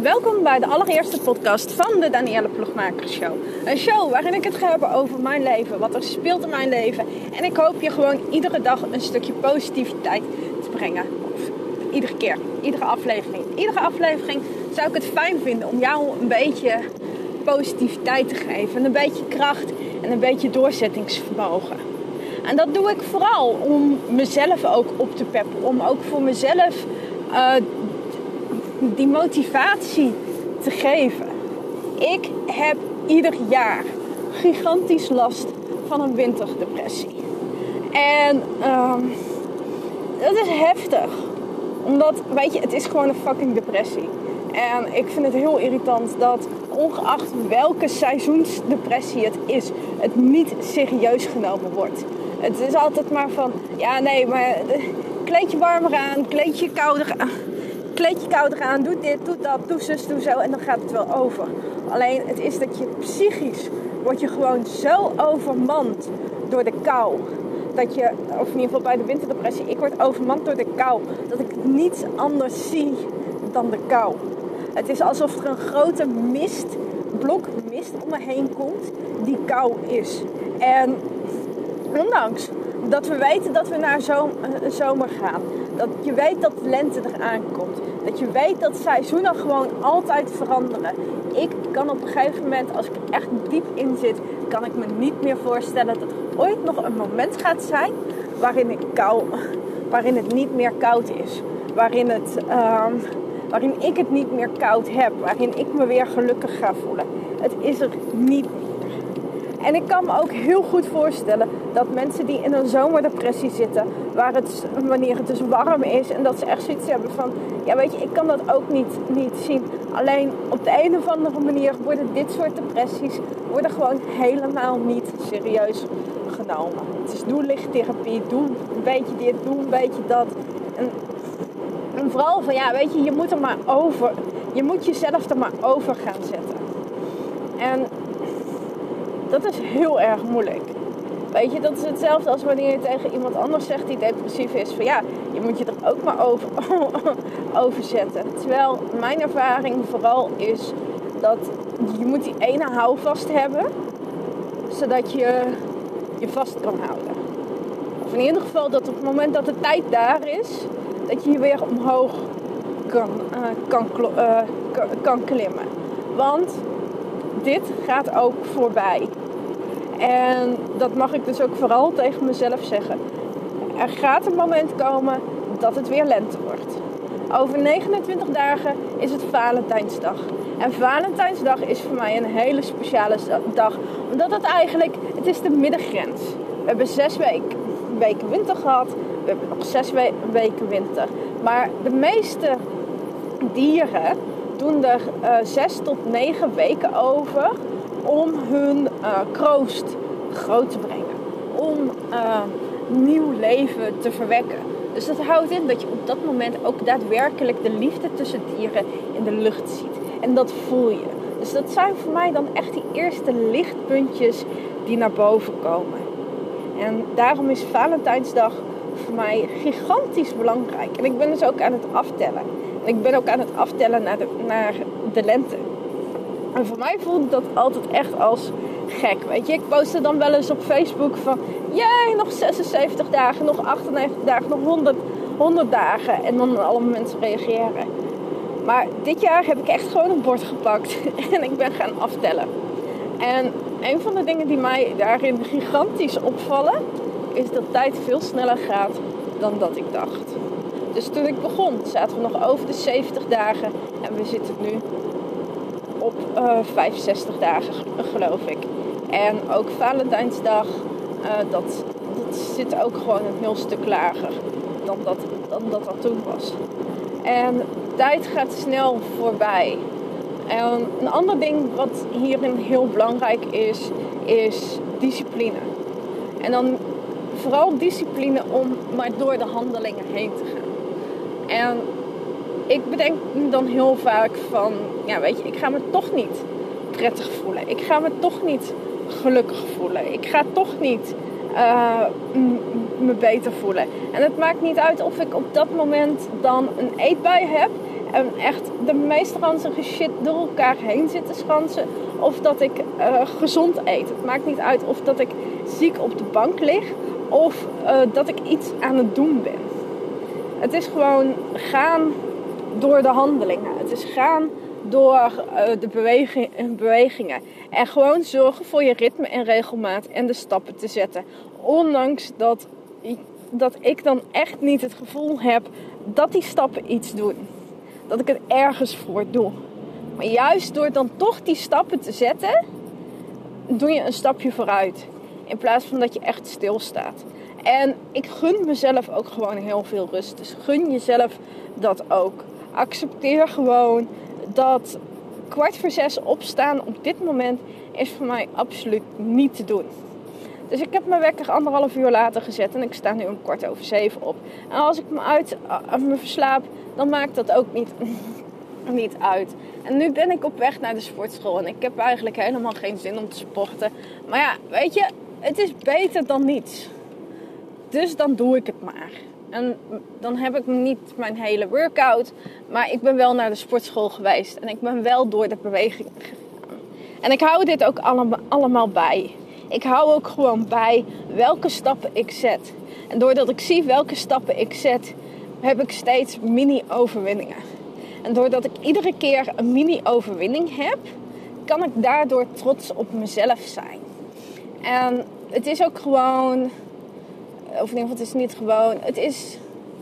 Welkom bij de allereerste podcast van de Danielle Ploegmaker Show. Een show waarin ik het ga hebben over mijn leven, wat er speelt in mijn leven. En ik hoop je gewoon iedere dag een stukje positiviteit te brengen. Of iedere keer, iedere aflevering. Iedere aflevering zou ik het fijn vinden om jou een beetje positiviteit te geven. En een beetje kracht en een beetje doorzettingsvermogen. En dat doe ik vooral om mezelf ook op te peppen. Om ook voor mezelf die motivatie te geven. Ik heb ieder jaar gigantisch last van een winterdepressie. En dat is heftig. Omdat, weet je, het is gewoon een fucking depressie. En ik vind het heel irritant dat ongeacht welke seizoensdepressie het is, het niet serieus genomen wordt. Het is altijd maar van, ja nee, maar kleed je warmer aan, kleed je kouder aan, doe dit, doe dat, doe zus, doe zo en dan gaat het wel over. Alleen het is dat je psychisch, word je gewoon zo overmand door de kou. Dat je, of in ieder geval bij de winterdepressie, ik word overmand door de kou. Dat ik niets anders zie dan de kou. Het is alsof er een grote blok mist om me heen komt die kou is. En ondanks dat we weten dat we naar zomer gaan. Dat je weet dat de lente eraan komt. Dat je weet dat seizoenen gewoon altijd veranderen. Ik kan op een gegeven moment, als ik er echt diep in zit, kan ik me niet meer voorstellen dat er ooit nog een moment gaat zijn waarin het niet meer koud is. Waarin ik het niet meer koud heb. Waarin ik me weer gelukkig ga voelen. Het is er niet meer. En ik kan me ook heel goed voorstellen dat mensen die in een zomerdepressie zitten, wanneer het dus warm is en dat ze echt zoiets hebben van, ja weet je, ik kan dat ook niet zien. Alleen op de een of andere manier worden dit soort depressies gewoon helemaal niet serieus genomen. Het is doe lichttherapie, doe een beetje dit, doe een beetje dat. En vooral van, ja weet je, je moet jezelf er maar over gaan zetten. En dat is heel erg moeilijk. Weet je, dat is hetzelfde als wanneer je tegen iemand anders zegt die depressief is. Van ja, je moet je er ook maar over zetten. Terwijl mijn ervaring vooral is dat je moet die ene houvast hebben. Zodat je je vast kan houden. Of in ieder geval dat op het moment dat de tijd daar is, dat je weer omhoog kan klimmen. Want dit gaat ook voorbij. En dat mag ik dus ook vooral tegen mezelf zeggen. Er gaat een moment komen dat het weer lente wordt. Over 29 dagen is het Valentijnsdag. En Valentijnsdag is voor mij een hele speciale dag. Omdat het is de middengrens. We hebben 6 weken winter gehad. We hebben nog 6 weken winter. Maar de meeste dieren doen er 6 tot 9 weken over om hun kroost groot te brengen. Om nieuw leven te verwekken. Dus dat houdt in dat je op dat moment ook daadwerkelijk de liefde tussen dieren in de lucht ziet. En dat voel je. Dus dat zijn voor mij dan echt die eerste lichtpuntjes die naar boven komen. En daarom is Valentijnsdag voor mij gigantisch belangrijk. En ik ben dus ook aan het aftellen. En ik ben ook aan het aftellen naar de lente. En voor mij voelt dat altijd echt als gek. Weet je, ik postte dan wel eens op Facebook van, jee, nog 76 dagen, nog 98 dagen, nog 100 dagen. En dan allemaal mensen reageren. Maar dit jaar heb ik echt gewoon een bord gepakt en ik ben gaan aftellen. En een van de dingen die mij daarin gigantisch opvallen, is dat tijd veel sneller gaat dan dat ik dacht. Dus toen ik begon, zaten we nog over de 70 dagen en we zitten nu op 65 dagen, geloof ik. En ook Valentijnsdag, dat zit ook gewoon een heel stuk lager dan dat toen was. En tijd gaat snel voorbij. En een ander ding wat hierin heel belangrijk is discipline. En dan vooral discipline om maar door de handelingen heen te gaan. En ik bedenk dan heel vaak van, ja weet je, ik ga me toch niet prettig voelen. Ik ga me toch niet gelukkig voelen. Ik ga toch niet me beter voelen. En het maakt niet uit of ik op dat moment dan een eetbui heb En echt de meest ranzige shit door elkaar heen zit te schansen. Of dat ik gezond eet. Het maakt niet uit of dat ik ziek op de bank lig. Of dat ik iets aan het doen ben. Het is gewoon gaan door de handelingen. Het is gaan door de bewegingen. En gewoon zorgen voor je ritme en regelmaat en de stappen te zetten. Ondanks dat ik dan echt niet het gevoel heb dat die stappen iets doen. Dat ik het ergens voor doe. Maar juist door dan toch die stappen te zetten, doe je een stapje vooruit. In plaats van dat je echt stilstaat. En ik gun mezelf ook gewoon heel veel rust. Dus gun jezelf dat ook. Accepteer gewoon dat 5:45 opstaan op dit moment is voor mij absoluut niet te doen. Dus ik heb mijn wekker 1,5 uur later gezet en ik sta nu om 6:15 op. En als ik me verslaap, dan maakt dat ook niet uit. En nu ben ik op weg naar de sportschool en ik heb eigenlijk helemaal geen zin om te sporten. Maar ja, weet je, het is beter dan niets. Dus dan doe ik het maar. En dan heb ik niet mijn hele workout, maar ik ben wel naar de sportschool geweest. En ik ben wel door de beweging gegaan. En ik hou dit ook allemaal bij. Ik hou ook gewoon bij welke stappen ik zet. En doordat ik zie welke stappen ik zet, heb ik steeds mini-overwinningen. En doordat ik iedere keer een mini-overwinning heb, kan ik daardoor trots op mezelf zijn. En het is ook gewoon, of in ieder geval het is niet gewoon, het is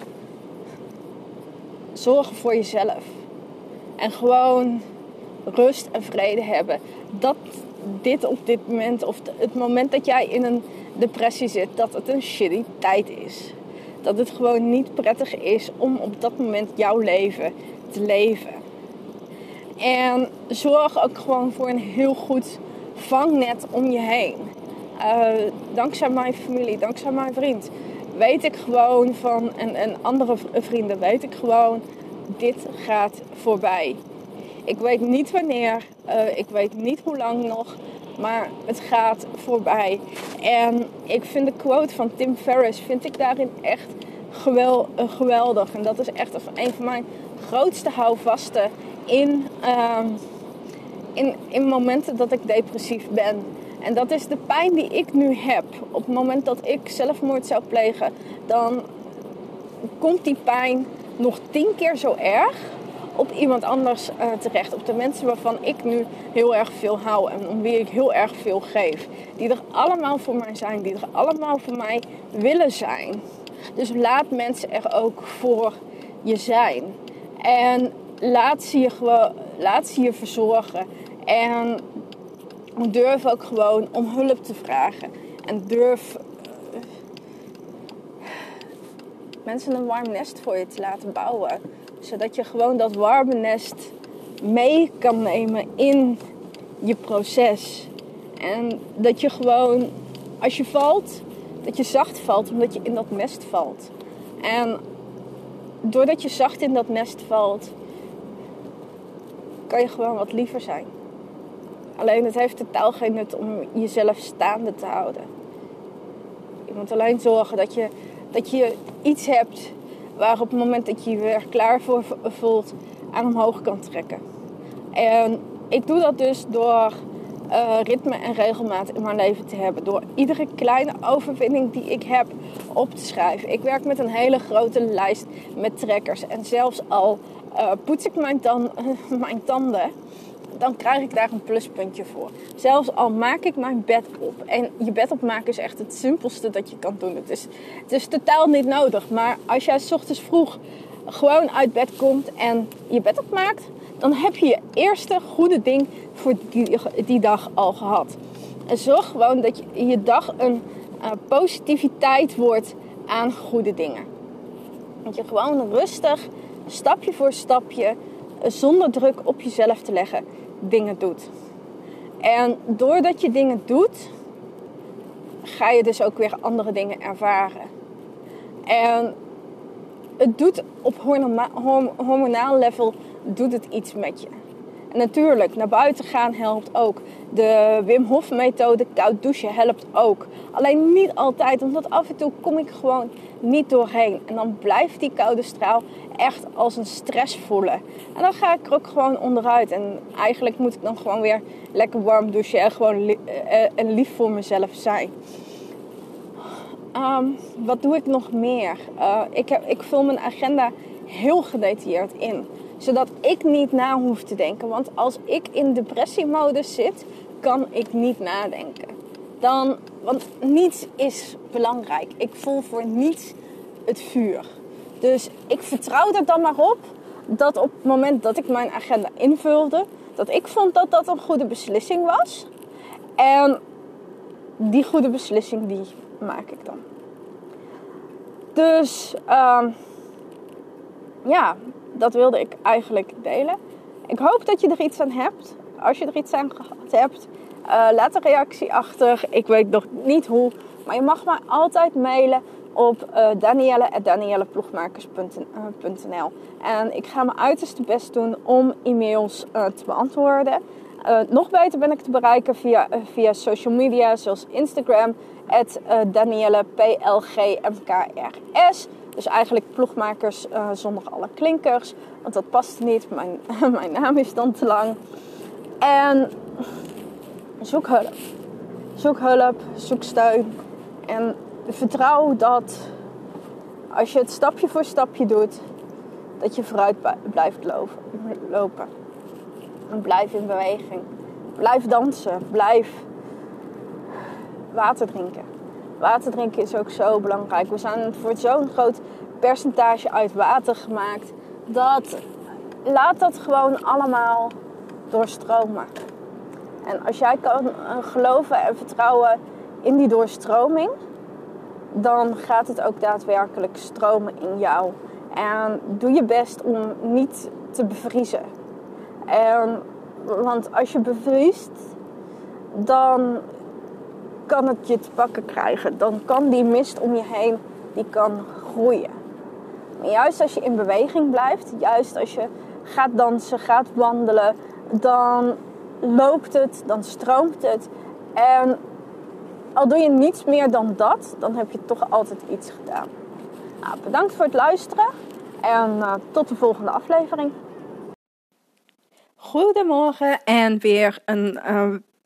zorgen voor jezelf. En gewoon rust en vrede hebben. Dat dit op dit moment, of het moment dat jij in een depressie zit, dat het een shitty tijd is. Dat het gewoon niet prettig is om op dat moment jouw leven te leven. En zorg ook gewoon voor een heel goed vangnet om je heen. Dankzij mijn familie, dankzij mijn vriend, weet ik gewoon van, en andere vrienden, weet ik gewoon, dit gaat voorbij. Ik weet niet wanneer, ik weet niet hoe lang nog, maar het gaat voorbij. En ik vind de quote van Tim Ferriss, vind ik daarin echt geweldig. En dat is echt een van mijn grootste houvasten in momenten dat ik depressief ben. En dat is de pijn die ik nu heb. Op het moment dat ik zelfmoord zou plegen, dan komt die pijn nog 10 keer zo erg op iemand anders terecht. Op de mensen waarvan ik nu heel erg veel hou en om wie ik heel erg veel geef. Die er allemaal voor mij zijn, die er allemaal voor mij willen zijn. Dus laat mensen er ook voor je zijn. En laat ze je verzorgen. En durf ook gewoon om hulp te vragen. En durf mensen een warm nest voor je te laten bouwen. Zodat je gewoon dat warme nest mee kan nemen in je proces. En dat je gewoon, als je valt, dat je zacht valt omdat je in dat nest valt. En doordat je zacht in dat nest valt, kan je gewoon wat liever zijn. Alleen het heeft totaal geen nut om jezelf staande te houden. Je moet alleen zorgen dat je iets hebt waar op het moment dat je je weer klaar voor voelt aan omhoog kan trekken. En ik doe dat dus door ritme en regelmaat in mijn leven te hebben. Door iedere kleine overwinning die ik heb op te schrijven. Ik werk met een hele grote lijst met trackers. En zelfs al poets ik mijn tanden, dan krijg ik daar een pluspuntje voor. Zelfs al maak ik mijn bed op. En je bed opmaken is echt het simpelste dat je kan doen. Het is totaal niet nodig. Maar als jij 's ochtends vroeg gewoon uit bed komt en je bed opmaakt, dan heb je je eerste goede ding voor die dag al gehad. En zorg gewoon dat je dag een positiviteit wordt aan goede dingen. Dat je gewoon rustig, stapje voor stapje, zonder druk op jezelf te leggen, dingen doet. En doordat je dingen doet, ga je dus ook weer andere dingen ervaren. En het doet op hormonaal level doet het iets met je. En natuurlijk, naar buiten gaan helpt ook. De Wim Hof methode, koud douchen, helpt ook. Alleen niet altijd, omdat af en toe kom ik gewoon niet doorheen. En dan blijft die koude straal echt als een stress voelen. En dan ga ik er ook gewoon onderuit. En eigenlijk moet ik dan gewoon weer lekker warm douchen en gewoon en lief voor mezelf zijn. Wat doe ik nog meer? Ik vul mijn agenda heel gedetailleerd in. Zodat ik niet na hoef te denken. Want als ik in depressiemodus zit, kan ik niet nadenken. Want niets is belangrijk. Ik voel voor niets het vuur. Dus ik vertrouw er dan maar op dat op het moment dat ik mijn agenda invulde, dat ik vond dat dat een goede beslissing was. En die goede beslissing, die maak ik dan. Dus dat wilde ik eigenlijk delen. Ik hoop dat je er iets aan hebt. Als je er iets aan gehad hebt, laat een reactie achter. Ik weet nog niet hoe, maar je mag mij altijd mailen op danielle@danielleploegmakers.nl. En ik ga mijn uiterste best doen om e-mails te beantwoorden. Nog beter ben ik te bereiken via social media zoals Instagram @DaniellePLGMKRS. Dus eigenlijk ploegmakers zonder alle klinkers. Want dat past niet. Mijn naam is dan te lang. En zoek hulp. Zoek hulp. Zoek steun. En vertrouw dat als je het stapje voor stapje doet, dat je vooruit blijft lopen. En blijf in beweging. Blijf dansen. Blijf water drinken. Water drinken is ook zo belangrijk. We zijn voor zo'n groot percentage uit water gemaakt. Laat dat gewoon allemaal doorstromen. En als jij kan geloven en vertrouwen in die doorstroming, dan gaat het ook daadwerkelijk stromen in jou. En doe je best om niet te bevriezen. Want als je bevriest, dan kan het je te pakken krijgen. Dan kan die mist om je heen, die kan groeien. Maar juist als je in beweging blijft, juist als je gaat dansen, gaat wandelen, dan loopt het, dan stroomt het. En al doe je niets meer dan dat, dan heb je toch altijd iets gedaan. Nou, bedankt voor het luisteren en tot de volgende aflevering. Goedemorgen en weer een